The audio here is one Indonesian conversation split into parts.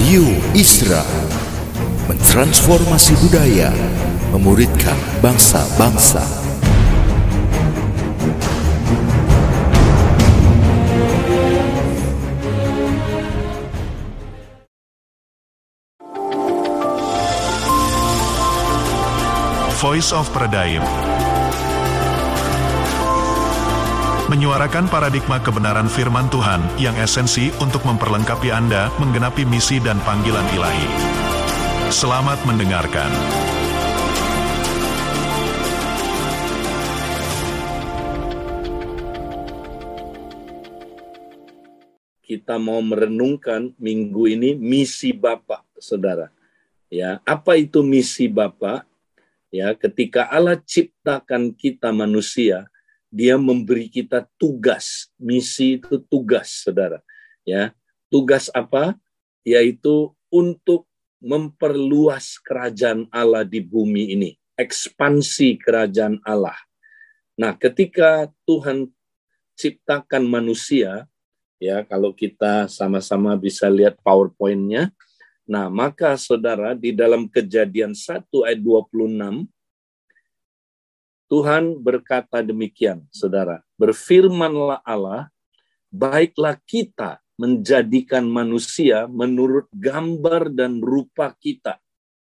Radio Isra mentransformasi budaya, memuridkan bangsa-bangsa. Voice of Pradaim menyuarakan paradigma kebenaran firman Tuhan yang esensi untuk memperlengkapi Anda menggenapi misi dan panggilan ilahi. Selamat mendengarkan. Kita mau merenungkan minggu ini misi Bapa, saudara. Ya, apa itu misi Bapa? Ya, ketika Allah ciptakan kita manusia, Dia memberi kita tugas. Misi itu tugas, saudara. Ya, tugas apa? Yaitu untuk memperluas kerajaan Allah di bumi ini. Ekspansi kerajaan Allah. Nah, ketika Tuhan ciptakan manusia, ya, kalau kita sama-sama bisa lihat PowerPoint-nya. Nah, maka saudara, di dalam Kejadian 1 ayat 26, Tuhan berkata demikian, saudara. Berfirmanlah Allah, baiklah kita menjadikan manusia menurut gambar dan rupa kita.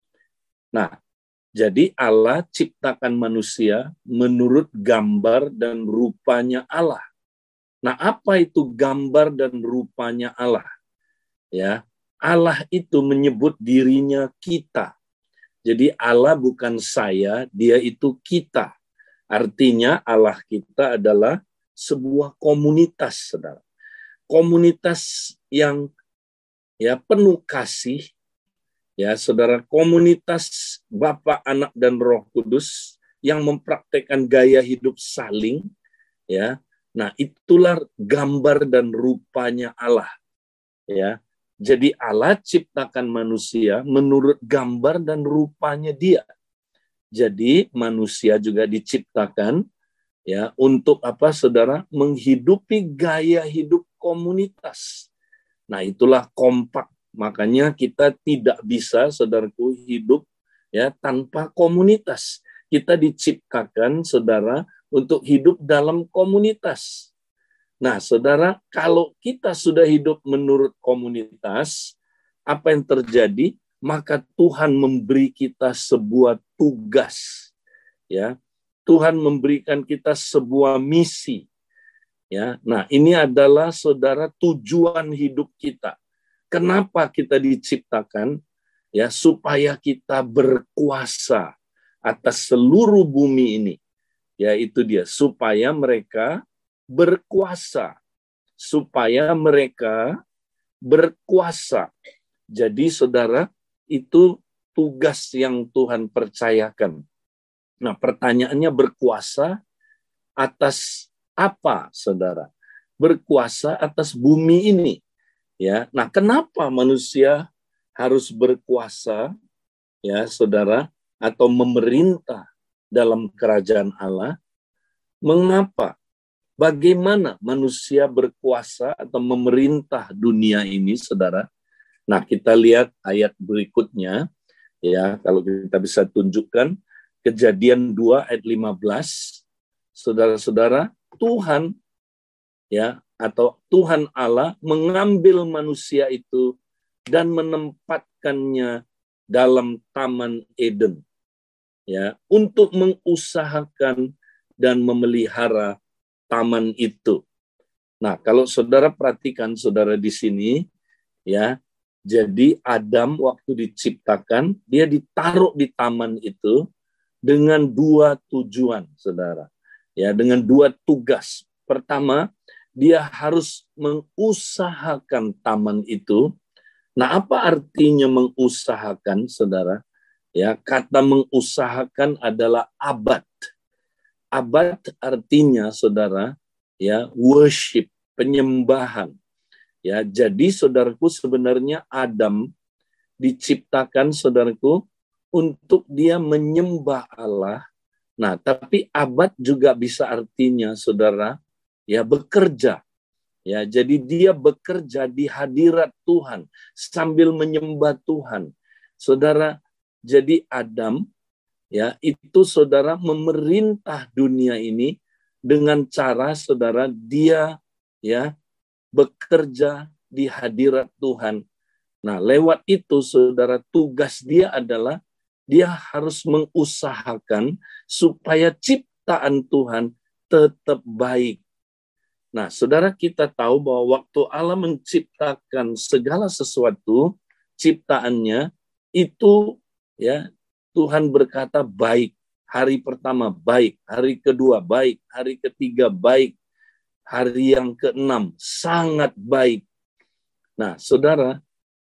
Nah, jadi Allah ciptakan manusia menurut gambar dan rupanya Allah. Nah, apa itu gambar dan rupanya Allah? Ya, Allah itu menyebut dirinya kita. Jadi Allah bukan saya, Dia itu kita. Artinya Allah kita adalah sebuah komunitas, saudara. Komunitas yang ya penuh kasih, ya saudara. Komunitas Bapa, Anak, dan Roh Kudus yang mempraktekkan gaya hidup saling, ya. Nah, itulah gambar dan rupanya Allah, ya. Jadi Allah ciptakan manusia menurut gambar dan rupanya Dia. Jadi manusia juga diciptakan ya untuk apa, saudara? Menghidupi gaya hidup komunitas. Nah, itulah kompak. Makanya kita tidak bisa, saudaraku, hidup ya tanpa komunitas. Kita diciptakan, saudara, untuk hidup dalam komunitas. Nah, saudara, kalau kita sudah hidup menurut komunitas, apa yang terjadi? Maka Tuhan memberi kita sebuah tugas. Ya, Tuhan memberikan kita sebuah misi. Ya, nah ini adalah, saudara, tujuan hidup kita. Kenapa kita diciptakan? Ya, supaya kita berkuasa atas seluruh bumi ini. Ya, itu dia, supaya mereka berkuasa. Supaya mereka berkuasa. Jadi, saudara, itu tugas yang Tuhan percayakan. Nah, pertanyaannya, berkuasa atas apa, saudara? Berkuasa atas bumi ini. Ya, nah kenapa manusia harus berkuasa, ya saudara, atau memerintah dalam kerajaan Allah? Mengapa? Bagaimana manusia berkuasa atau memerintah dunia ini, saudara? Nah, kita lihat ayat berikutnya, ya, kalau kita bisa tunjukkan, Kejadian 2 ayat 15, saudara-saudara, Tuhan, ya, atau Tuhan Allah mengambil manusia itu dan menempatkannya dalam Taman Eden, ya, untuk mengusahakan dan memelihara taman itu. Nah, kalau saudara perhatikan, saudara, di sini, ya, jadi Adam waktu diciptakan, dia ditaruh di taman itu dengan dua tujuan, saudara. Ya, dengan dua tugas. Pertama, dia harus mengusahakan taman itu. Nah, apa artinya mengusahakan, saudara? Ya, kata mengusahakan adalah abad. Abad artinya, saudara, ya, worship, penyembahan. Ya, jadi saudaraku, sebenarnya Adam diciptakan, saudaraku, untuk dia menyembah Allah. Nah, tapi abad juga bisa artinya, saudara, ya, bekerja. Ya, jadi dia bekerja di hadirat Tuhan sambil menyembah Tuhan. Saudara, jadi Adam ya itu saudara memerintah dunia ini dengan cara saudara dia ya bekerja di hadirat Tuhan. Nah, lewat itu saudara tugas dia adalah dia harus mengusahakan supaya ciptaan Tuhan tetap baik. Nah, saudara kita tahu bahwa waktu Allah menciptakan segala sesuatu, ciptaannya itu ya Tuhan berkata baik. Hari pertama baik, hari kedua baik, hari ketiga baik, hari yang keenam sangat baik. Nah, saudara,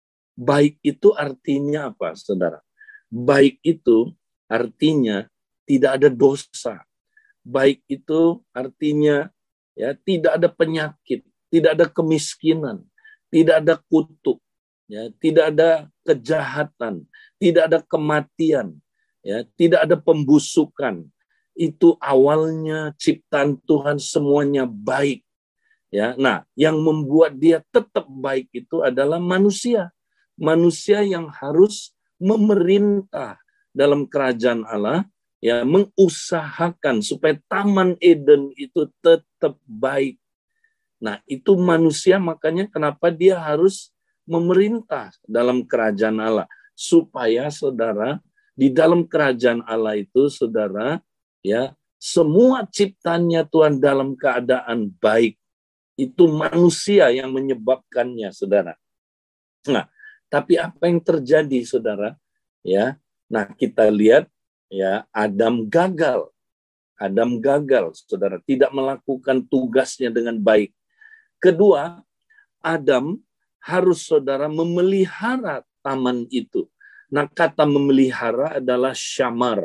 baik itu artinya apa, saudara? Baik itu artinya tidak ada dosa. Baik itu artinya ya tidak ada penyakit, tidak ada kemiskinan, tidak ada kutuk, ya tidak ada kejahatan, tidak ada kematian, ya tidak ada pembusukan. Itu awalnya ciptaan Tuhan semuanya baik. Ya, nah yang membuat dia tetap baik itu adalah manusia, manusia yang harus memerintah dalam kerajaan Allah. Ya, mengusahakan supaya Taman Eden itu tetap baik. Nah, itu manusia makanya kenapa dia harus memerintah dalam kerajaan Allah. Supaya saudara, di dalam kerajaan Allah itu saudara, ya semua ciptaannya Tuhan dalam keadaan baik. Itu manusia yang menyebabkannya, saudara. Nah, tapi apa yang terjadi, saudara? Ya, nah kita lihat ya Adam gagal. Adam gagal, saudara, tidak melakukan tugasnya dengan baik. Kedua, Adam harus saudara memelihara taman itu. Nah, kata memelihara adalah syamar.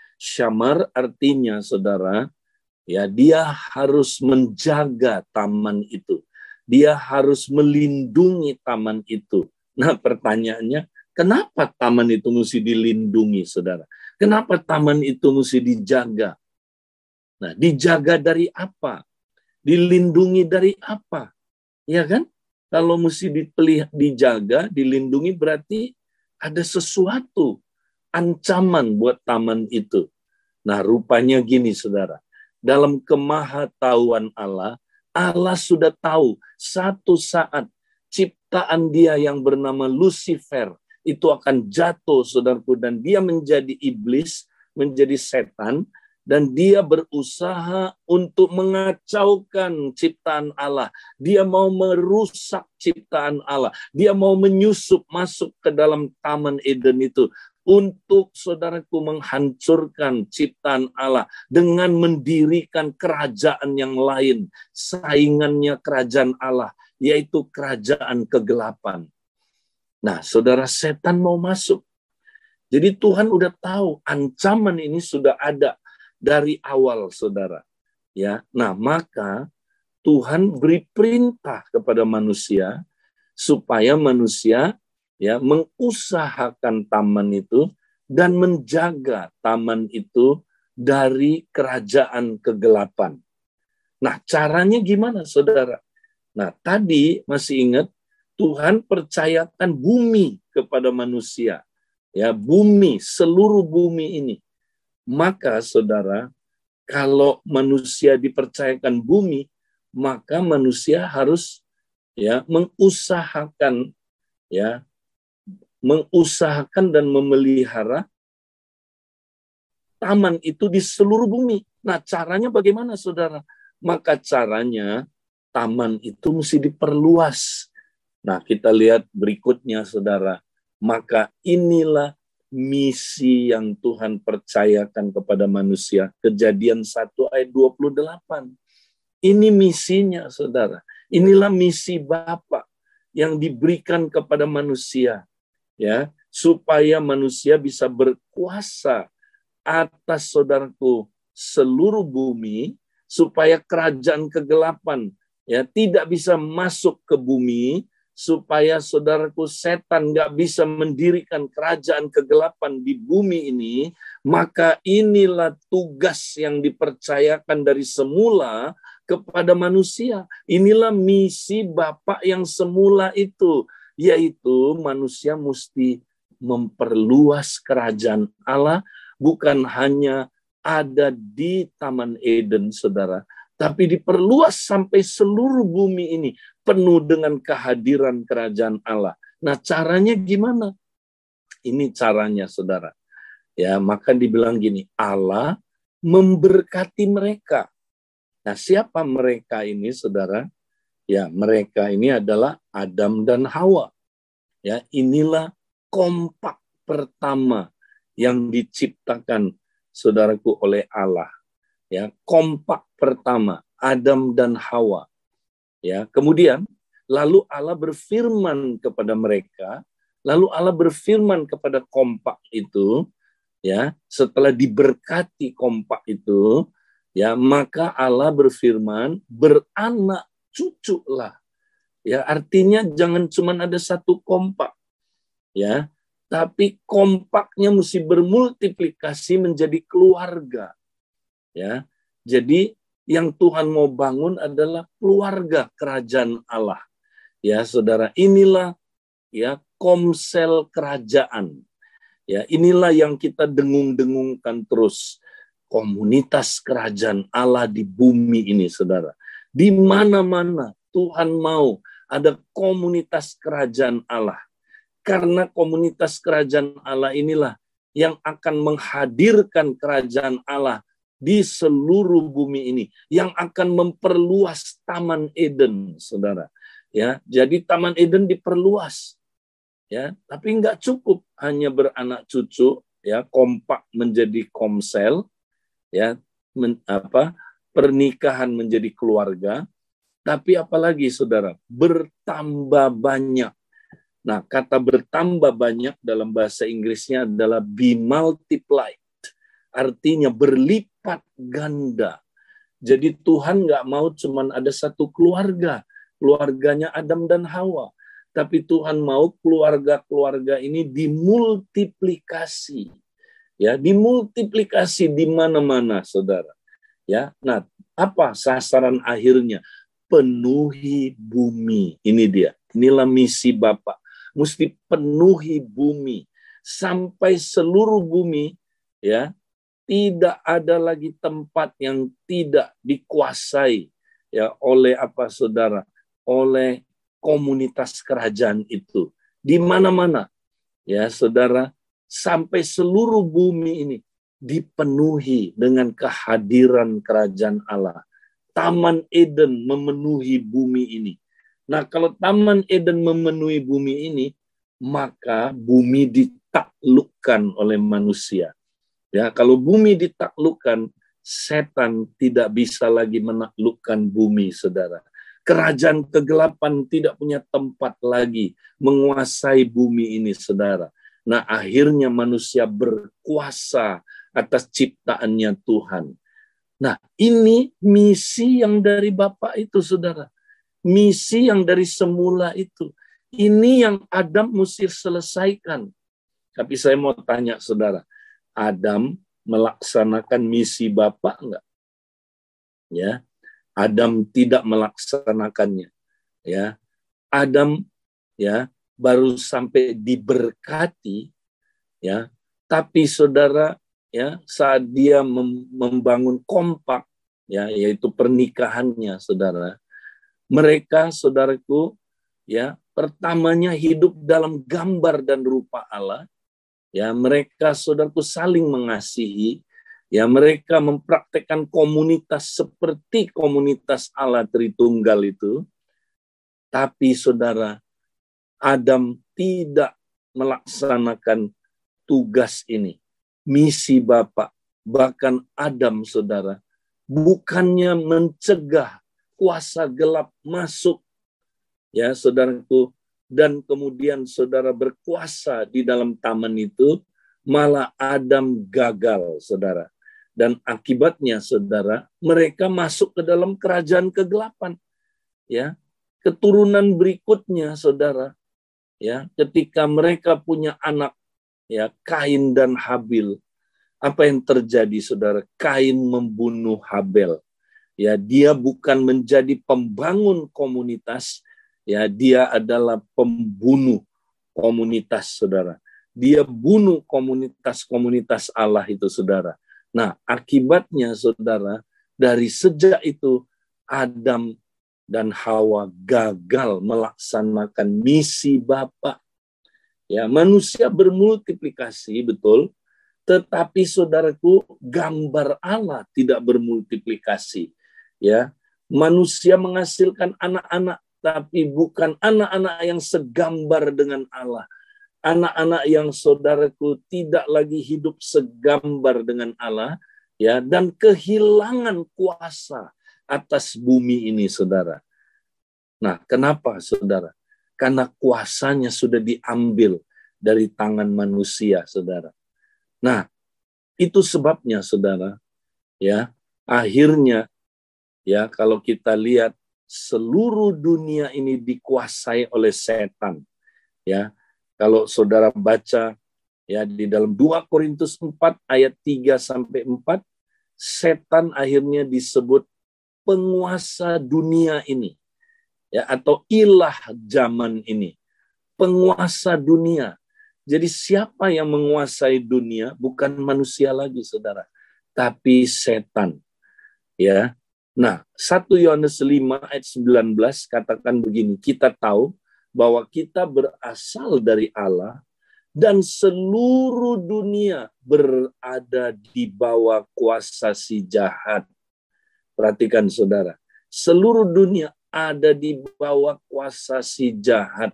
Syamar artinya saudara, ya dia harus menjaga taman itu. Dia harus melindungi taman itu. Nah, pertanyaannya, kenapa taman itu mesti dilindungi, saudara? Kenapa taman itu mesti dijaga? Nah, dijaga dari apa? Dilindungi dari apa? Ya kan? Kalau mesti dijaga, dilindungi berarti ada sesuatu ancaman buat taman itu. Nah, rupanya gini, saudara. Dalam kemahatauan Allah, Allah sudah tahu satu saat ciptaan dia yang bernama Lucifer itu akan jatuh, saudaraku, dan dia menjadi iblis, menjadi setan, dan dia berusaha untuk mengacaukan ciptaan Allah. Dia mau merusak ciptaan Allah. Dia mau menyusup masuk ke dalam Taman Eden itu untuk saudaraku menghancurkan ciptaan Allah dengan mendirikan kerajaan yang lain, saingannya kerajaan Allah, yaitu kerajaan kegelapan. Nah, saudara, setan mau masuk. Jadi Tuhan udah tahu ancaman ini sudah ada dari awal, saudara. Ya, nah maka Tuhan beri perintah kepada manusia supaya manusia ya mengusahakan taman itu dan menjaga taman itu dari kerajaan kegelapan. Nah, caranya gimana, saudara? Nah, tadi masih ingat Tuhan percayakan bumi kepada manusia. Ya, bumi, seluruh bumi ini. Maka saudara, kalau manusia dipercayakan bumi, maka manusia harus ya mengusahakan dan memelihara taman itu di seluruh bumi. Nah, caranya bagaimana, saudara? Maka caranya taman itu mesti diperluas. Nah, kita lihat berikutnya, saudara. Maka inilah misi yang Tuhan percayakan kepada manusia. Kejadian 1 ayat 28. Ini misinya, saudara. Inilah misi Bapa yang diberikan kepada manusia. Ya, supaya manusia bisa berkuasa atas, saudaraku, seluruh bumi, supaya kerajaan kegelapan ya tidak bisa masuk ke bumi, supaya saudaraku setan nggak bisa mendirikan kerajaan kegelapan di bumi ini. Maka inilah tugas yang dipercayakan dari semula kepada manusia. Inilah misi Bapa yang semula itu, yaitu manusia mesti memperluas kerajaan Allah, bukan hanya ada di Taman Eden, saudara, tapi diperluas sampai seluruh bumi ini penuh dengan kehadiran kerajaan Allah. Nah, caranya gimana? Ini caranya, saudara. Ya, maka dibilang gini, Allah memberkati mereka. Nah, siapa mereka ini, saudara? Ya, mereka ini adalah Adam dan Hawa. Ya, inilah kompak pertama yang diciptakan, saudaraku, oleh Allah. Ya, kompak pertama Adam dan Hawa. Ya, kemudian lalu Allah berfirman kepada mereka, lalu Allah berfirman kepada kompak itu, ya, setelah diberkati kompak itu, ya, maka Allah berfirman, beranak cuculah. Ya, artinya jangan cuma ada satu kompak, ya, tapi kompaknya mesti bermultiplikasi menjadi keluarga. Ya, jadi yang Tuhan mau bangun adalah keluarga kerajaan Allah. Ya, saudara, inilah ya komsel kerajaan. Ya, inilah yang kita dengung-dengungkan terus. Komunitas kerajaan Allah di bumi ini, saudara. Di mana-mana Tuhan mau ada komunitas kerajaan Allah. Karena komunitas kerajaan Allah inilah yang akan menghadirkan kerajaan Allah di seluruh bumi ini, yang akan memperluas Taman Eden, saudara. Ya, jadi Taman Eden diperluas. Ya, tapi nggak cukup hanya beranak cucu, ya, kompak menjadi komsel, ya, pernikahan menjadi keluarga, tapi apalagi, saudara, bertambah banyak. Nah, kata bertambah banyak dalam bahasa Inggrisnya adalah be multiplied. Artinya berlipat ganda. Jadi Tuhan nggak mau cuma ada satu keluarga, keluarganya Adam dan Hawa. Tapi Tuhan mau keluarga-keluarga ini dimultiplikasi. Ya, dimultiplikasi di mana-mana, saudara. Ya, nah, apa sasaran akhirnya? Penuhi bumi. Ini dia. Inilah misi Bapa. Mesti penuhi bumi sampai seluruh bumi, ya. Tidak ada lagi tempat yang tidak dikuasai, ya, oleh apa, saudara? Oleh komunitas kerajaan itu. Di mana-mana, ya, saudara, sampai seluruh bumi ini dipenuhi dengan kehadiran kerajaan Allah. Taman Eden memenuhi bumi ini. Nah, kalau Taman Eden memenuhi bumi ini, maka bumi ditaklukkan oleh manusia. Ya, kalau bumi ditaklukkan, setan tidak bisa lagi menaklukkan bumi, saudara. Kerajaan kegelapan tidak punya tempat lagi menguasai bumi ini, saudara. Nah, akhirnya manusia berkuasa atas ciptaannya Tuhan. Nah, ini misi yang dari Bapa itu, saudara. Misi yang dari semula itu. Ini yang Adam mesti selesaikan. Tapi saya mau tanya, saudara, Adam melaksanakan misi Bapa enggak? Ya. Adam tidak melaksanakannya. Ya. Adam, ya, baru sampai diberkati, ya. Tapi saudara, ya, saat dia membangun kompak, ya, yaitu pernikahannya, saudara, mereka, saudaraku, ya, pertamanya hidup dalam gambar dan rupa Allah. Ya, mereka, saudaraku, saling mengasihi. Ya, mereka mempraktekkan komunitas seperti komunitas Allah Tritunggal itu. Tapi, saudara, Adam tidak melaksanakan tugas ini. Misi Bapa. Bahkan Adam, saudara, bukannya mencegah kuasa gelap masuk, ya, saudaraku, dan kemudian saudara berkuasa di dalam taman itu, malah Adam gagal, saudara. Dan akibatnya, saudara, mereka masuk ke dalam kerajaan kegelapan. Ya, keturunan berikutnya, saudara, ya, ketika mereka punya anak, ya, Kain dan Habil, apa yang terjadi, saudara? Kain membunuh Habel. Ya, dia bukan menjadi pembangun komunitas, ya, dia adalah pembunuh komunitas, saudara. Dia bunuh komunitas-komunitas Allah itu, saudara. Nah, akibatnya, saudara, dari sejak itu Adam dan Hawa gagal melaksanakan misi Bapa. Ya, manusia bermultiplikasi, betul, tetapi saudaraku, gambar Allah tidak bermultiplikasi. Ya, manusia menghasilkan anak-anak, tapi bukan anak-anak yang segambar dengan Allah. Anak-anak yang saudaraku tidak lagi hidup segambar dengan Allah, ya, dan kehilangan kuasa atas bumi ini, saudara. Nah, kenapa, saudara? Karena kuasanya sudah diambil dari tangan manusia, saudara. Nah, itu sebabnya, saudara, ya, akhirnya, ya, kalau kita lihat seluruh dunia ini dikuasai oleh setan. Ya, kalau saudara baca, ya, di dalam 2 Korintus 4 ayat 3 sampai 4, setan akhirnya disebut penguasa dunia ini, ya, atau ilah zaman ini, penguasa dunia. Jadi siapa yang menguasai dunia? Bukan manusia lagi, saudara, tapi setan. Ya. Nah, 1 Yohanes 5 ayat 19 katakan begini, kita tahu bahwa kita berasal dari Allah dan seluruh dunia berada di bawah kuasa si jahat. Perhatikan, saudara, seluruh dunia ada di bawah kuasa si jahat.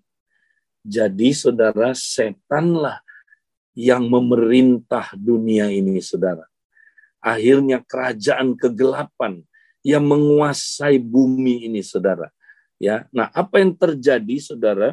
Jadi, saudara, setanlah yang memerintah dunia ini, saudara. Akhirnya kerajaan kegelapan yang menguasai bumi ini, saudara. Ya, nah, apa yang terjadi, saudara?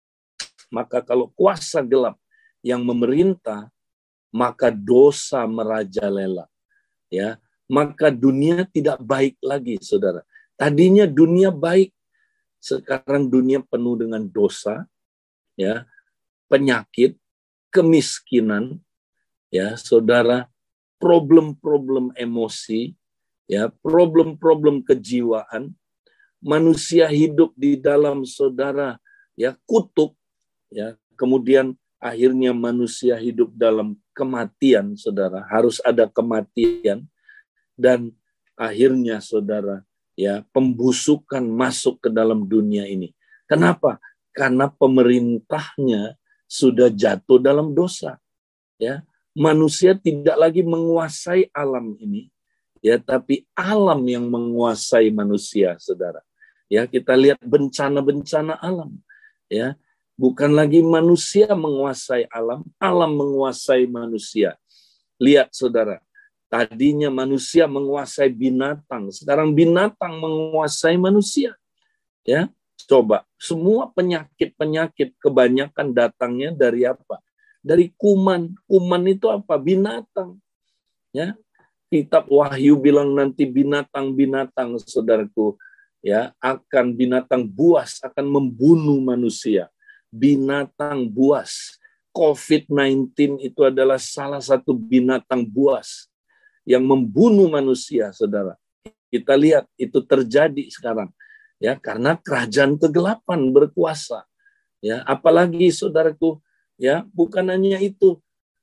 Maka kalau kuasa gelap yang memerintah, maka dosa merajalela. Ya, maka dunia tidak baik lagi, saudara. Tadinya dunia baik, sekarang dunia penuh dengan dosa, ya, penyakit, kemiskinan, ya, saudara, problem-problem emosi, ya, problem-problem kejiwaan, manusia hidup di dalam, saudara, ya, kutuk, ya, kemudian akhirnya manusia hidup dalam kematian, saudara, harus ada kematian, dan akhirnya, saudara, ya, pembusukan masuk ke dalam dunia ini. Kenapa? Karena pemerintahnya sudah jatuh dalam dosa. Ya, manusia tidak lagi menguasai alam ini, ya, tapi alam yang menguasai manusia, saudara. Ya, kita lihat bencana-bencana alam. Ya, bukan lagi manusia menguasai alam, alam menguasai manusia. Lihat, saudara, tadinya manusia menguasai binatang, sekarang binatang menguasai manusia. Ya, coba, semua penyakit-penyakit kebanyakan datangnya dari apa? Dari kuman. Kuman itu apa? Binatang. Ya, Kitab Wahyu bilang nanti binatang-binatang, saudaraku, ya, akan binatang buas akan membunuh manusia. Binatang buas. COVID-19 itu adalah salah satu binatang buas yang membunuh manusia, saudara. Kita lihat itu terjadi sekarang. Ya, karena kerajaan kegelapan berkuasa. Ya, apalagi, saudaraku, ya, bukan hanya itu.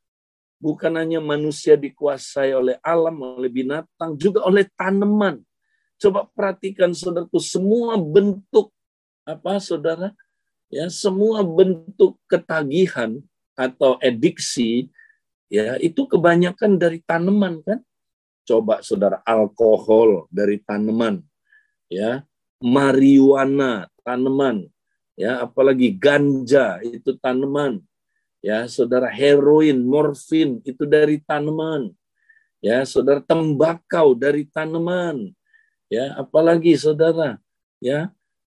Bukan hanya manusia dikuasai oleh alam, oleh binatang, juga oleh tanaman. Coba perhatikan, saudaraku, semua bentuk apa, saudara? Ya, semua bentuk ketagihan atau adiksi, ya, itu kebanyakan dari tanaman, kan? Coba, saudara, alkohol dari tanaman, ya, marijuana tanaman, ya, apalagi ganja itu tanaman. Ya, saudara, heroin, morfin itu dari tanaman. Ya, saudara, tembakau dari tanaman. Ya, apalagi, saudara, ya,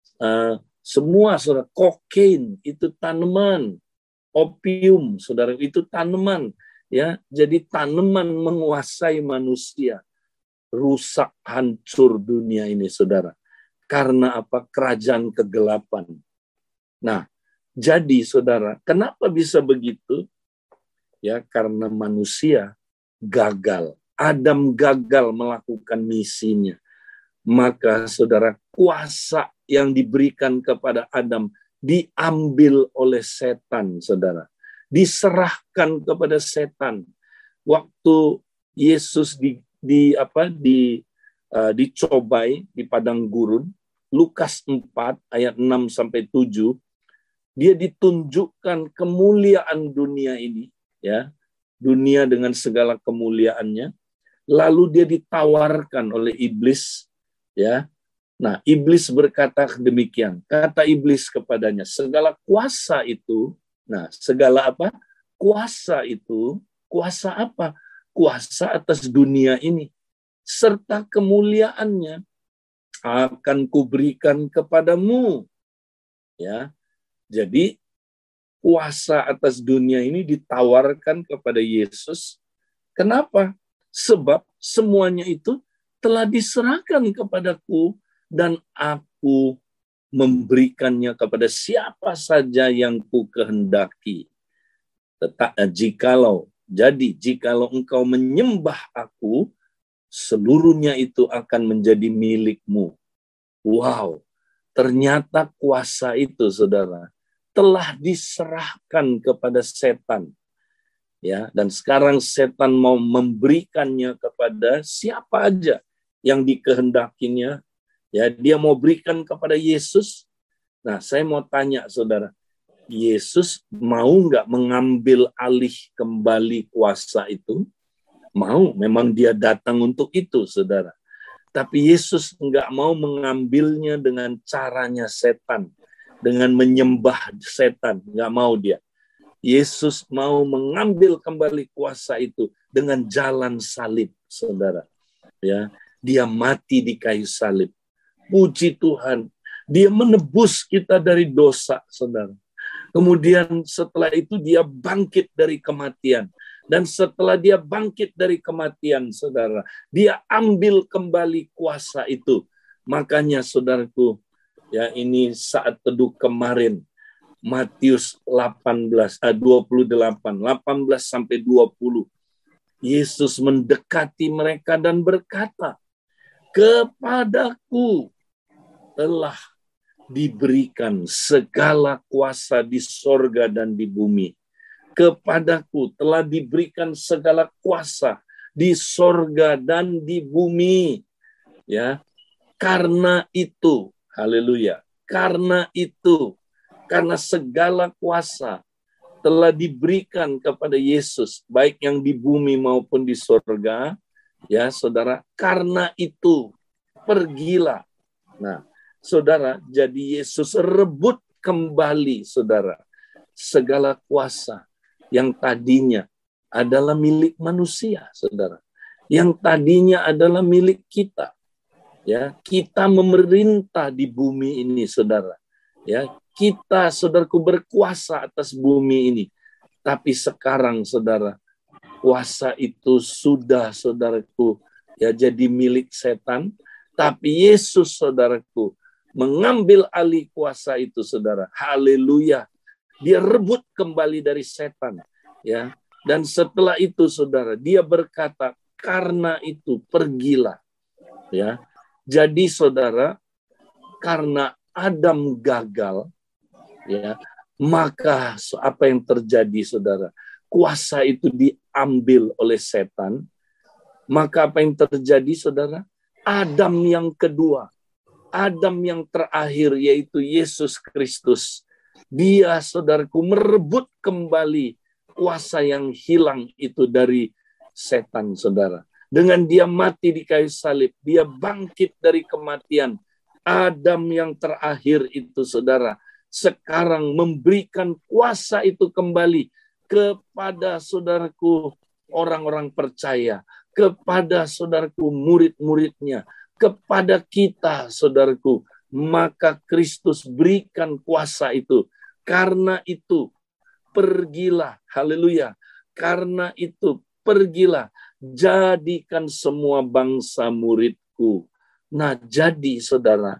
semua, saudara, kokain itu tanaman. Opium, saudara, itu tanaman. Ya, jadi tanaman menguasai manusia. Rusak, hancur dunia ini, saudara. Karena apa? Kerajaan kegelapan. Nah, jadi, saudara, kenapa bisa begitu? Ya, karena manusia gagal. Adam gagal melakukan misinya. maka saudara, kuasa yang diberikan kepada Adam diambil oleh setan, saudara. Diserahkan kepada setan. Waktu Yesus dicobai di padang gurun, Lukas 4 ayat 6 sampai 7, dia ditunjukkan kemuliaan dunia ini, ya. Dunia dengan segala kemuliaannya. Lalu dia ditawarkan oleh iblis, ya. Nah, iblis berkata demikian. Kata iblis kepadanya, segala kuasa itu, nah, segala apa? Kuasa itu, kuasa apa? Kuasa atas dunia ini serta kemuliaannya akan kuberikan kepadamu. Ya. Jadi kuasa atas dunia ini ditawarkan kepada Yesus. Kenapa? Sebab semuanya itu telah diserahkan kepadaku dan aku memberikannya kepada siapa saja yang ku kehendaki. Jikalau engkau menyembah aku, seluruhnya itu akan menjadi milikmu. Wow, ternyata kuasa itu, saudara, telah diserahkan kepada setan. Ya, dan sekarang setan mau memberikannya kepada siapa aja yang dikehendakinya. Ya, dia mau berikan kepada Yesus. Nah, saya mau tanya, saudara, Yesus mau nggak mengambil alih kembali kuasa itu? Mau, memang dia datang untuk itu, saudara. Tapi Yesus nggak mau mengambilnya dengan caranya setan, dengan menyembah setan, nggak mau dia. Yesus mau mengambil kembali kuasa itu dengan jalan salib, saudara. Ya, dia mati di kayu salib. Puji Tuhan, dia menebus kita dari dosa, saudara. Kemudian setelah itu dia bangkit dari kematian. Dan setelah dia bangkit dari kematian, saudara, dia ambil kembali kuasa itu. Makanya, saudaraku, ya, ini saat teduh kemarin, Matius 28 sampai 20. Yesus mendekati mereka dan berkata, kepadaku telah diberikan segala kuasa di sorga dan di bumi. Kepadaku telah diberikan segala kuasa di sorga dan di bumi. Ya, karena itu, haleluya, karena segala kuasa telah diberikan kepada Yesus, baik yang di bumi maupun di sorga, ya saudara, karena itu pergilah. Nah, saudara, jadi Yesus rebut kembali, saudara, segala kuasa yang tadinya adalah milik manusia, saudara, yang tadinya adalah milik kita. Ya, kita memerintah di bumi ini, saudara. Ya, kita, saudaraku, berkuasa atas bumi ini. Tapi sekarang, saudara, kuasa itu sudah, saudaraku, ya, jadi milik setan. Tapi Yesus, saudaraku, mengambil alih kuasa itu, saudara. Haleluya. Dia rebut kembali dari setan. Ya. Dan setelah itu, saudara, dia berkata, karena itu pergilah. Ya. Jadi, saudara, karena Adam gagal, ya, maka apa yang terjadi, saudara? Kuasa itu diambil oleh setan. Maka apa yang terjadi, saudara? Adam yang kedua, Adam yang terakhir, yaitu Yesus Kristus. Dia, saudaraku, merebut kembali kuasa yang hilang itu dari setan, saudara. Dengan dia mati di kayu salib, dia bangkit dari kematian. Adam yang terakhir itu, saudara, sekarang memberikan kuasa itu kembali kepada, saudaraku, orang-orang percaya, kepada, saudaraku, murid-muridnya, kepada kita, saudaraku. Maka Kristus berikan kuasa itu. Karena itu, pergilah, haleluya. Karena itu, pergilah, jadikan semua bangsa muridku. Nah, jadi, saudara,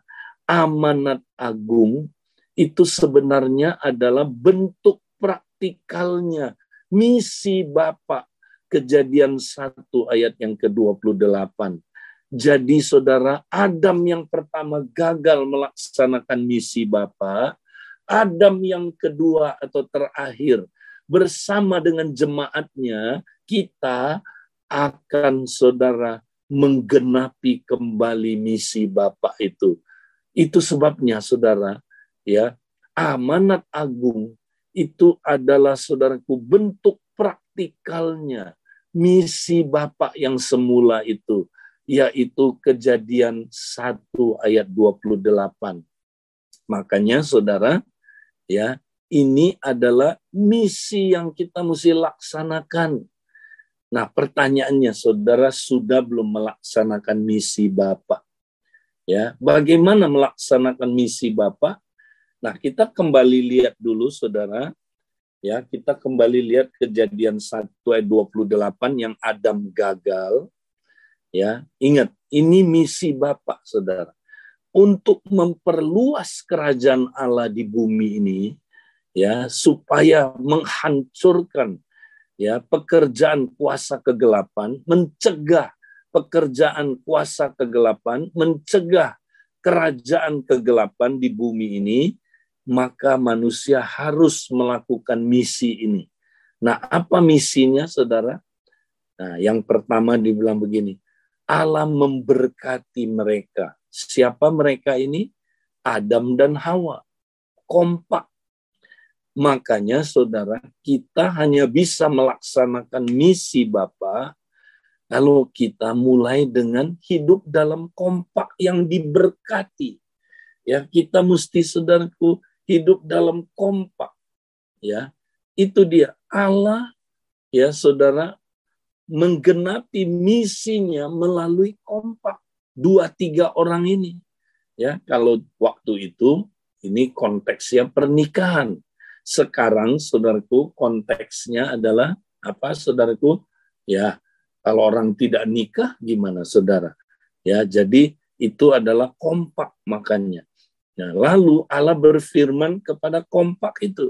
amanat agung itu sebenarnya adalah bentuk praktikalnya misi Bapa. Kejadian 1 ayat yang ke-28. Jadi saudara, Adam yang pertama gagal melaksanakan misi Bapa, Adam yang kedua atau terakhir bersama dengan jemaatnya, kita akan saudara menggenapi kembali misi Bapa itu. Itu sebabnya saudara, ya, amanat agung itu adalah saudaraku bentuk praktikalnya misi Bapa yang semula itu, yaitu Kejadian 1 ayat 28. Makanya saudara, ya, ini adalah misi yang kita mesti laksanakan. Nah, pertanyaannya, saudara sudah belum melaksanakan misi Bapa? Ya, bagaimana melaksanakan misi Bapa? Nah, kita kembali lihat dulu saudara. Ya, kita kembali lihat Kejadian 1 ayat 28 yang Adam gagal. Ya, ingat, ini misi Bapa saudara. Untuk memperluas kerajaan Allah di bumi ini, ya, supaya menghancurkan ya pekerjaan kuasa kegelapan, mencegah pekerjaan kuasa kegelapan, mencegah kerajaan kegelapan di bumi ini, maka manusia harus melakukan misi ini. Nah, apa misinya, saudara? Nah, yang pertama dibilang begini, Allah memberkati mereka. Siapa mereka ini? Adam dan Hawa. Kompak. Makanya, saudara, kita hanya bisa melaksanakan misi Bapa kalau kita mulai dengan hidup dalam kompak yang diberkati. Ya, kita mesti, saudaraku, hidup dalam kompak. Ya, itu dia. Allah, ya, saudara, menggenapi misinya melalui kompak 2-3 orang ini. Ya, kalau waktu itu ini konteksnya pernikahan. Sekarang, saudaraku, konteksnya adalah apa, saudaraku? Ya, kalau orang tidak nikah, gimana, saudara? Ya, jadi itu adalah kompak makanya. Nah, lalu Allah berfirman kepada kompak itu,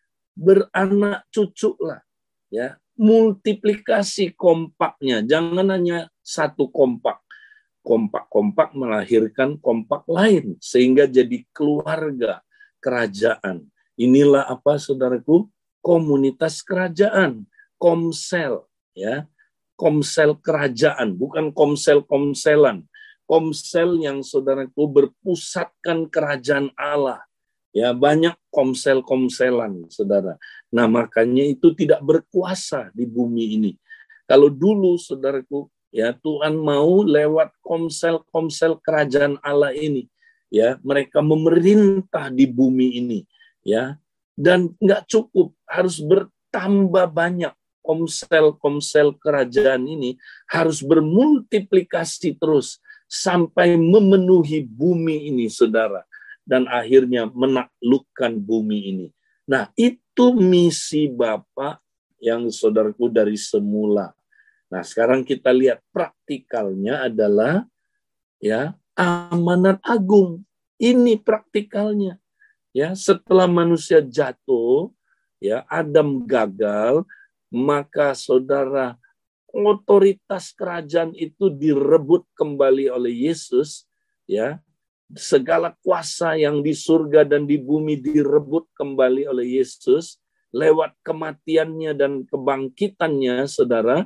beranak cuculah, ya, multiplikasi kompaknya, jangan hanya satu kompak. Kompak-kompak melahirkan kompak lain, sehingga jadi keluarga kerajaan. Inilah apa, saudaraku? Komunitas kerajaan, komsel, ya, komsel kerajaan, bukan komsel-komselan. Komsel yang, saudaraku, berpusatkan kerajaan Allah. Ya, banyak komsel-komselan, saudara. Nah, makanya itu tidak berkuasa di bumi ini. Kalau dulu, saudaraku, ya, Tuhan mau lewat komsel-komsel kerajaan Allah ini, ya, mereka memerintah di bumi ini. Ya, dan nggak cukup, harus bertambah banyak. Komsel-komsel kerajaan ini harus bermultiplikasi terus sampai memenuhi bumi ini, saudara, dan akhirnya menaklukkan bumi ini. Nah, itu misi Bapa yang, saudaraku, dari semula. Nah, sekarang kita lihat praktikalnya adalah, ya, amanat agung. Ini praktikalnya. Ya, setelah manusia jatuh, ya, Adam gagal, maka, saudara, otoritas kerajaan itu direbut kembali oleh Yesus, ya. Segala kuasa yang di surga dan di bumi direbut kembali oleh Yesus lewat kematiannya dan kebangkitannya, saudara.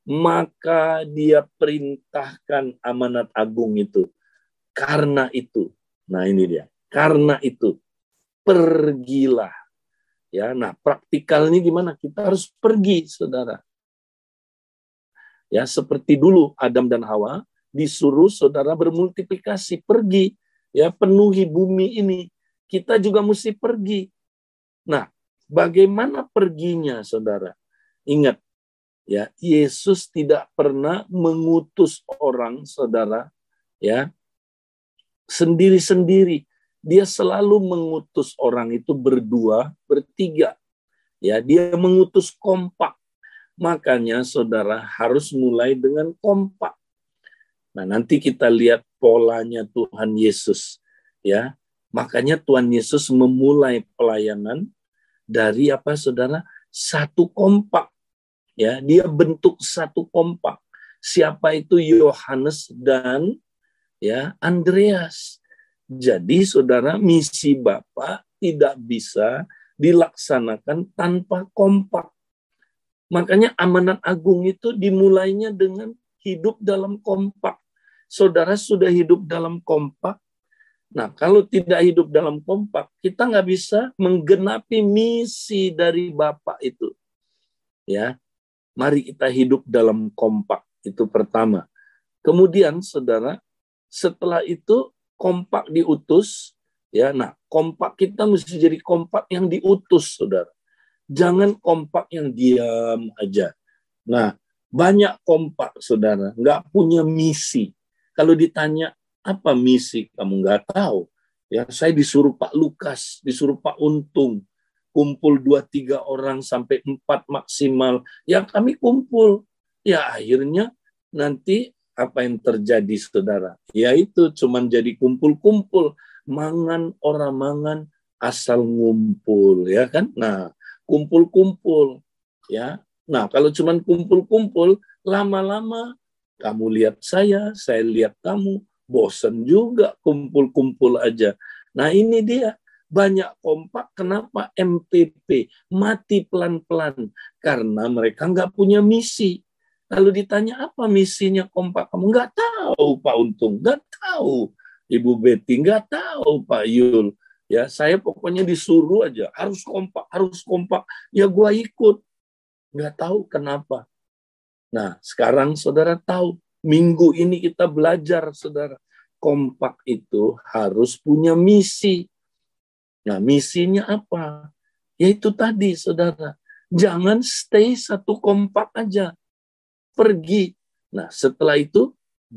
Maka dia perintahkan amanat agung itu. Karena itu, nah ini dia, karena itu, pergilah. Ya, nah praktikalnya gimana? Kita harus pergi, saudara. Ya, seperti dulu Adam dan Hawa disuruh, saudara, bermultiplikasi, pergi, ya, penuhi bumi ini. Kita juga mesti pergi. Nah, bagaimana perginya, saudara? Ingat, ya, Yesus tidak pernah mengutus orang, saudara, ya, sendiri-sendiri. Dia selalu mengutus orang itu berdua, bertiga. Ya, dia mengutus kompak. Makanya, saudara, harus mulai dengan kompak. Nah, nanti kita lihat polanya Tuhan Yesus. Ya, makanya Tuhan Yesus memulai pelayanan dari apa, saudara? Satu kompak. Ya, dia bentuk satu kompak. siapa itu Yohanes dan ya Andreas. Jadi saudara, misi Bapa tidak bisa dilaksanakan tanpa kompak. Makanya amanat agung itu dimulainya dengan hidup dalam kompak. Saudara sudah hidup dalam kompak. Nah, kalau tidak hidup dalam kompak, kita nggak bisa menggenapi misi dari Bapa itu. Ya, mari kita hidup dalam kompak, itu pertama. Kemudian, saudara, setelah itu kompak diutus, ya. Nah, kompak kita mesti jadi kompak yang diutus, saudara. Jangan kompak yang diam aja. Nah, banyak kompak, saudara, nggak punya misi. Kalau ditanya, apa misi? Kamu nggak tahu. Ya, saya disuruh Pak Lukas, disuruh Pak Untung, kumpul 2-3 orang sampai 4 maksimal. Ya, kami kumpul. Ya, akhirnya nanti apa yang terjadi, saudara? Ya, itu cuman jadi kumpul-kumpul. Mangan orang mangan asal ngumpul, ya kan? Nah, kumpul-kumpul, ya. Nah, kalau cuman kumpul-kumpul, lama-lama kamu lihat saya lihat kamu, bosan juga kumpul-kumpul aja. Nah, ini dia, banyak kompak. Kenapa? MPP, mati pelan-pelan, karena mereka nggak punya misi. Kalau ditanya apa misinya kompak, kamu nggak tahu, Pak Untung, nggak tahu, Ibu Betty, nggak tahu, Pak Yul. Ya, saya pokoknya disuruh aja, harus kompak, harus kompak. Ya, gua ikut. Nggak tahu kenapa. Nah, sekarang saudara tahu, minggu ini kita belajar, saudara. Kompak itu harus punya misi. Nah, misinya apa? Yaitu tadi, saudara. Jangan stay satu kompak aja. Pergi. Nah, setelah itu,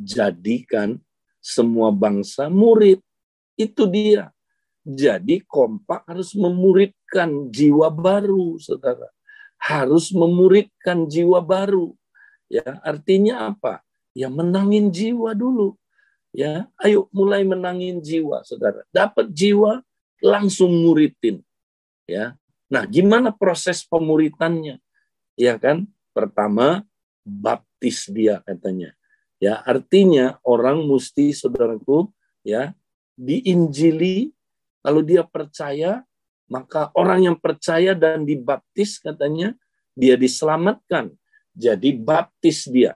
jadikan semua bangsa murid. Itu dia. Jadi kompak harus memuridkan jiwa baru, saudara. Harus memuridkan jiwa baru. Ya, artinya apa? Ya, menangin jiwa dulu. Ya, ayo mulai menangin jiwa, saudara. Dapat jiwa, langsung muridin. Ya. Nah, gimana proses pemuritannya? Ya kan? Pertama, baptis dia katanya. Ya, artinya orang mesti, saudaraku, ya, diinjili. Kalau dia percaya, maka orang yang percaya dan dibaptis katanya, dia diselamatkan. Jadi baptis dia.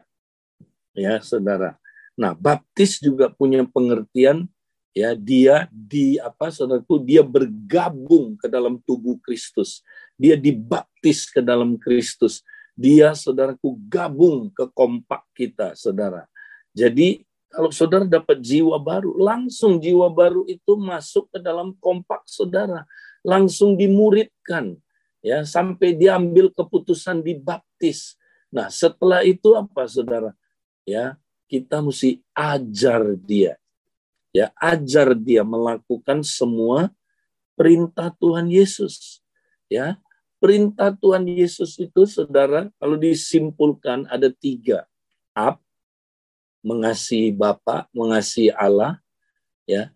Ya, saudara. Nah, baptis juga punya pengertian, ya, dia saudaraku, dia bergabung ke dalam tubuh Kristus. Dia dibaptis ke dalam Kristus. Dia, saudaraku, gabung ke kompak kita, saudara. Jadi, kalau saudara dapat jiwa baru, langsung jiwa baru itu masuk ke dalam kompak saudara. Langsung dimuridkan. Ya, sampai diambil keputusan dibaptis. Nah, setelah itu apa, saudara? Ya, kita mesti ajar dia. Ya, ajar dia melakukan semua perintah Tuhan Yesus. Ya, perintah Tuhan Yesus itu, saudara, kalau disimpulkan ada 3. Mengasihi Bapa, mengasihi Allah, ya.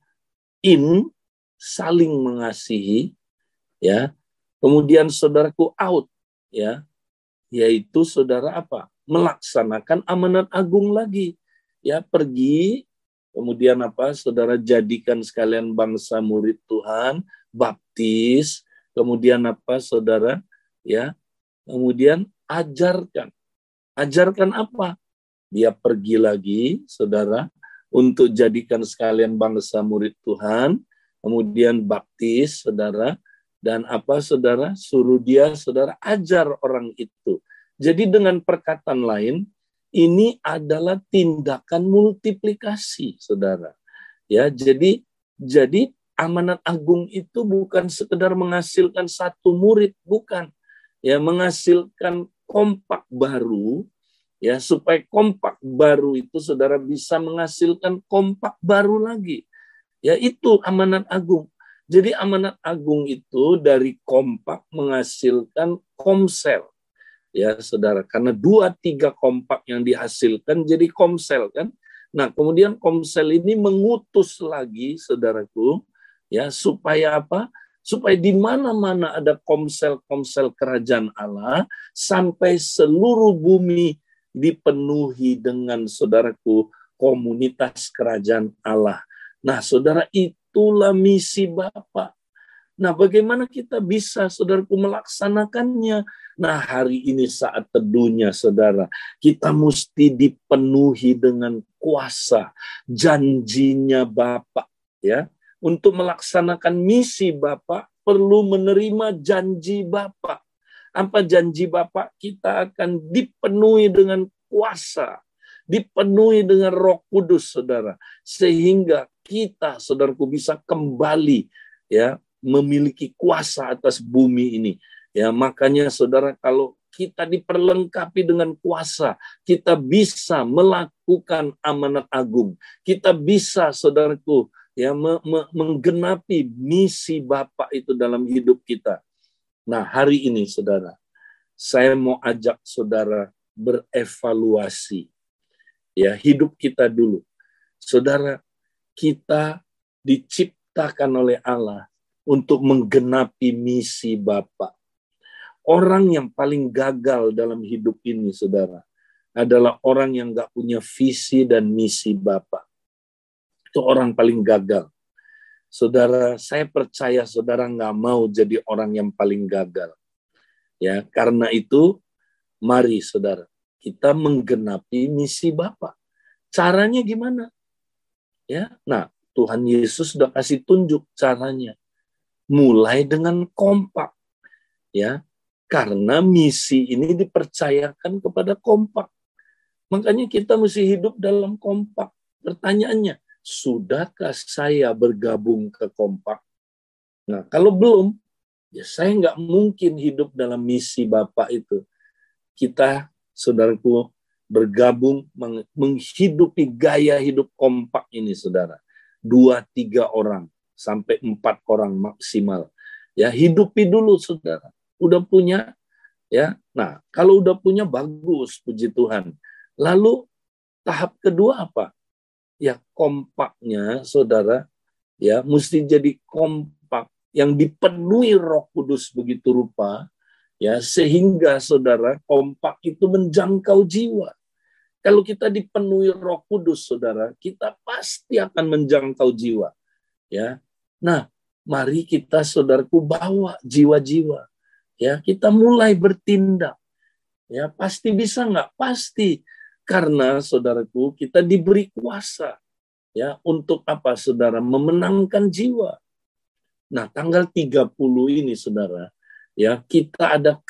Saling mengasihi, ya. Kemudian saudaraku out, ya. Yaitu saudara apa? Melaksanakan amanat agung lagi. Ya, pergi, kemudian apa? Saudara jadikan sekalian bangsa murid Tuhan, baptis, kemudian apa, saudara? Ya. Kemudian ajarkan. Ajarkan apa? Dia pergi lagi, saudara, untuk jadikan sekalian bangsa murid Tuhan, kemudian baptis, saudara, dan apa, saudara, suruh dia, saudara, ajar orang itu. Jadi dengan perkataan lain, ini adalah tindakan multiplikasi, saudara. Ya, jadi amanat agung itu bukan sekedar menghasilkan satu murid, bukan. Ya, menghasilkan kompak baru. Ya, supaya kompak baru itu saudara bisa menghasilkan kompak baru lagi. Ya, itu amanat agung. Jadi amanat agung itu dari kompak menghasilkan komsel. Ya, saudara, karena 2-3 kompak yang dihasilkan jadi komsel kan. Nah, kemudian komsel ini mengutus lagi, saudaraku, ya, supaya apa? Supaya di mana-mana ada komsel-komsel kerajaan Allah, sampai seluruh bumi dipenuhi dengan saudaraku komunitas kerajaan Allah. Nah, saudara, itulah misi Bapa. Nah, bagaimana kita bisa, saudaraku, melaksanakannya? Nah, hari ini saat teduhnya, saudara, kita mesti dipenuhi dengan kuasa janjinya Bapa, ya. Untuk melaksanakan misi Bapa perlu menerima janji Bapa. Apa janji Bapa? Kita akan dipenuhi dengan kuasa, dipenuhi dengan Roh Kudus, saudara, sehingga kita, saudaraku, bisa kembali, ya, memiliki kuasa atas bumi ini. Ya, makanya saudara, kalau kita diperlengkapi dengan kuasa, kita bisa melakukan amanat agung. Kita bisa, saudaraku, ya, menggenapi misi Bapa itu dalam hidup kita. Nah, hari ini saudara, saya mau ajak saudara berevaluasi, ya, hidup kita dulu. Saudara, kita diciptakan oleh Allah untuk menggenapi misi Bapa. Orang yang paling gagal dalam hidup ini, saudara, adalah orang yang gak punya visi dan misi Bapa. Itu orang paling gagal. Saudara, saya percaya saudara gak mau jadi orang yang paling gagal. Ya, karena itu, mari saudara, kita menggenapi misi Bapa. Caranya gimana? Ya, nah, Tuhan Yesus sudah kasih tunjuk caranya. Mulai dengan kompak, ya, karena misi ini dipercayakan kepada kompak. Makanya kita mesti hidup dalam kompak. Pertanyaannya, sudahkah saya bergabung ke kompak? Nah, kalau belum, ya saya nggak mungkin hidup dalam misi Bapa itu. Kita, saudaraku, bergabung menghidupi gaya hidup kompak ini, saudara. 2-3 orang. Sampai 4 orang maksimal. Ya, hidupi dulu saudara. Udah punya, ya. Nah, kalau udah punya bagus, puji Tuhan. Lalu tahap kedua apa? Ya, kompaknya saudara, ya, mesti jadi kompak yang dipenuhi Roh Kudus begitu rupa, ya, sehingga saudara, kompak itu menjangkau jiwa. Kalau kita dipenuhi Roh Kudus, saudara, kita pasti akan menjangkau jiwa. Ya. Nah, mari kita, saudaraku, bawa jiwa-jiwa. Ya, kita mulai bertindak. Ya, pasti bisa nggak? Pasti. Karena, saudaraku, kita diberi kuasa. Ya, untuk apa, saudara? Memenangkan jiwa. Nah, tanggal 30 ini, saudara, ya, kita ada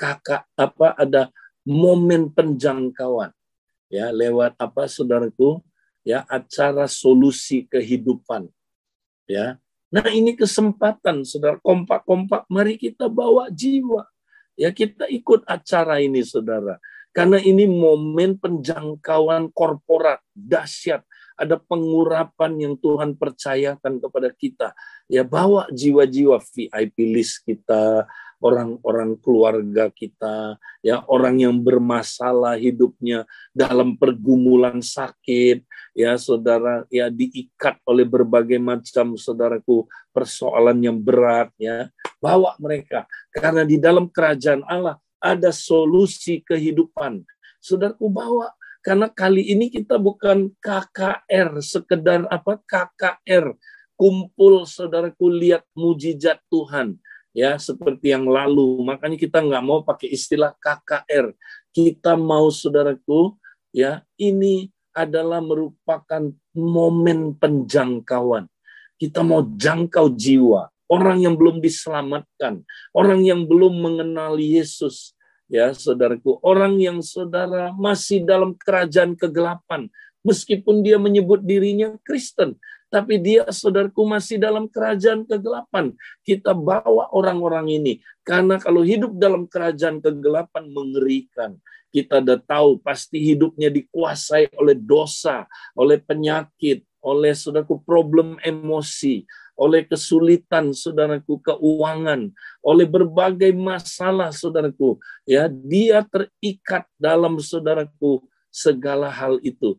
ada momen penjangkauan. Ya, lewat apa, saudaraku? Ya, acara solusi kehidupan. Ya. Nah, ini kesempatan, saudara, kompak-kompak, mari kita bawa jiwa. Ya, kita ikut acara ini, saudara. Karena ini momen penjangkauan korporat, dahsyat. Ada pengurapan yang Tuhan percayakan kepada kita. Ya, bawa jiwa-jiwa VIP list kita, orang-orang keluarga kita, ya, orang yang bermasalah hidupnya dalam pergumulan sakit, ya saudara, ya diikat oleh berbagai macam, saudaraku, persoalan yang berat, ya, bawa mereka. Karena di dalam kerajaan Allah ada solusi kehidupan. Saudaraku, bawa. Karena kali ini kita bukan KKR, sekedar apa, KKR, kumpul, saudaraku, lihat mujizat Tuhan. Ya, seperti yang lalu. Makanya kita nggak mau pakai istilah KKR. Kita mau, saudaraku, ya, ini adalah merupakan momen penjangkauan. Kita mau jangkau jiwa. Orang yang belum diselamatkan. Orang yang belum mengenal Yesus. Ya, saudaraku. Orang yang, saudara, masih dalam kerajaan kegelapan. Meskipun dia menyebut dirinya Kristen. Tapi dia, saudaraku, masih dalam kerajaan kegelapan. Kita bawa orang-orang ini. Karena kalau hidup dalam kerajaan kegelapan mengerikan. Kita udah tahu pasti hidupnya dikuasai oleh dosa, oleh penyakit, oleh, saudaraku, problem emosi, oleh kesulitan, saudaraku, keuangan, oleh berbagai masalah, saudaraku. Ya, dia terikat dalam, saudaraku, segala hal itu.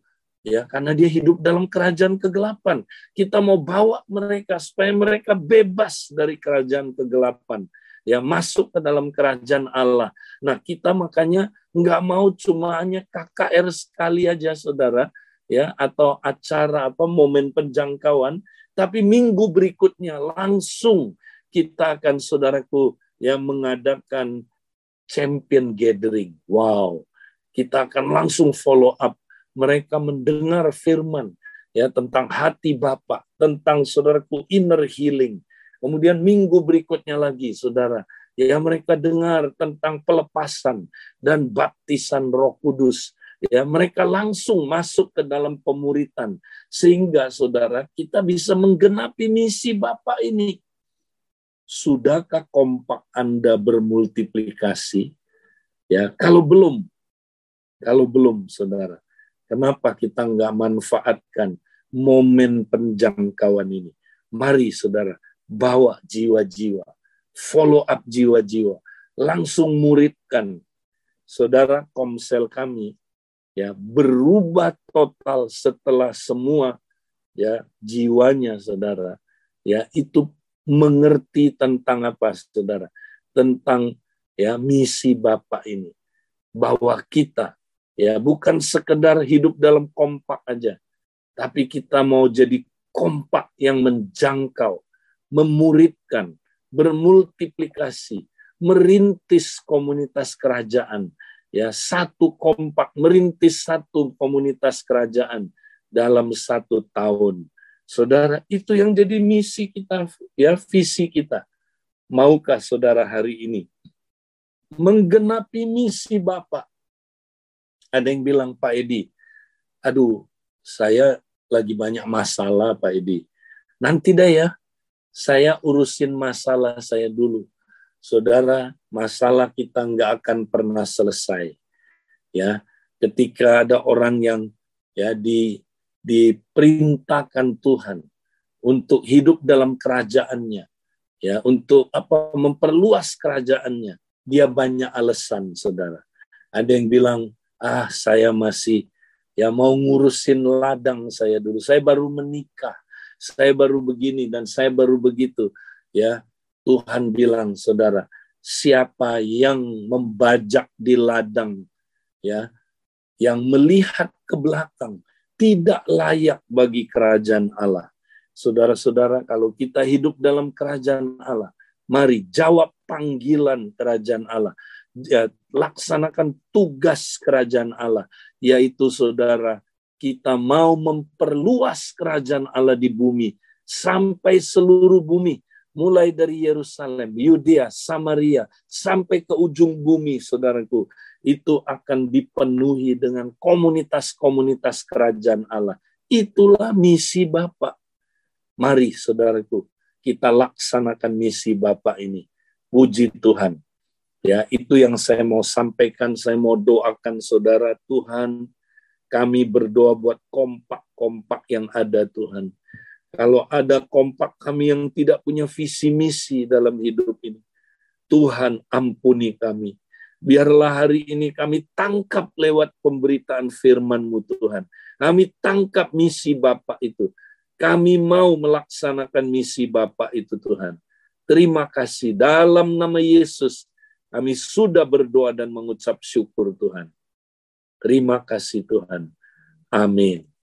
Ya, karena dia hidup dalam kerajaan kegelapan. Kita mau bawa mereka supaya mereka bebas dari kerajaan kegelapan. Ya, masuk ke dalam kerajaan Allah. Nah, kita makanya nggak mau cuma hanya KKR sekali aja, saudara, ya, atau acara momen penjangkauan, tapi minggu berikutnya langsung kita akan, saudaraku, ya, mengadakan champion gathering. Wow, kita akan langsung follow up. Mereka mendengar firman, ya, tentang hati Bapa, tentang, saudaraku, inner healing. Kemudian minggu berikutnya lagi, saudara, ya, mereka dengar tentang pelepasan dan baptisan Roh Kudus. Ya, mereka langsung masuk ke dalam pemuritan, sehingga, saudara, kita bisa menggenapi misi Bapa ini. Sudahkah kompak Anda bermultiplikasi? Ya, kalau belum, saudara, kenapa kita nggak manfaatkan momen penjangkauan ini? Mari, saudara, bawa jiwa-jiwa, follow up jiwa-jiwa, langsung muridkan. Saudara, komsel kami, ya, berubah total setelah semua, ya, jiwanya, saudara, ya, itu mengerti tentang apa, saudara? Tentang, ya, misi Bapa ini. Bahwa kita, ya, bukan sekedar hidup dalam kompak aja, tapi kita mau jadi kompak yang menjangkau, memuridkan, bermultiplikasi, merintis komunitas kerajaan, ya, satu kompak merintis satu komunitas kerajaan dalam 1 tahun. Saudara, itu yang jadi misi kita, ya, visi kita. Maukah saudara hari ini menggenapi misi Bapa? Ada yang bilang, Pak Edi, aduh, saya lagi banyak masalah, Pak Edi. Nanti dah ya, saya urusin masalah saya dulu. Saudara, masalah kita nggak akan pernah selesai. Ya, ketika ada orang yang, ya, diperintahkan Tuhan untuk hidup dalam kerajaannya, ya, untuk memperluas kerajaannya, dia banyak alasan, saudara. Ada yang bilang, saya masih, ya, mau ngurusin ladang saya dulu. Saya baru menikah, saya baru begini dan saya baru begitu. Ya, Tuhan bilang, saudara, siapa yang membajak di ladang, ya, yang melihat ke belakang, tidak layak bagi kerajaan Allah. Saudara-saudara, kalau kita hidup dalam kerajaan Allah, mari jawab panggilan kerajaan Allah. Ya, laksanakan tugas kerajaan Allah, yaitu, saudara, kita mau memperluas kerajaan Allah di bumi sampai seluruh bumi, mulai dari Yerusalem, Yudea, Samaria, sampai ke ujung bumi, saudaraku, itu akan dipenuhi dengan komunitas-komunitas kerajaan Allah. Itulah misi Bapa. Mari, saudaraku, kita laksanakan misi Bapa ini. Puji Tuhan. Ya, itu yang saya mau sampaikan, saya mau doakan, saudara. Tuhan, kami berdoa buat kompak-kompak yang ada, Tuhan. Kalau ada kompak kami yang tidak punya visi misi dalam hidup ini, Tuhan, ampuni kami. Biarlah hari ini kami tangkap lewat pemberitaan firman-Mu, Tuhan. Kami tangkap misi Bapa itu. Kami mau melaksanakan misi Bapa itu, Tuhan. Terima kasih. Dalam nama Yesus, kami sudah berdoa dan mengucap syukur, Tuhan. Terima kasih, Tuhan. Amin.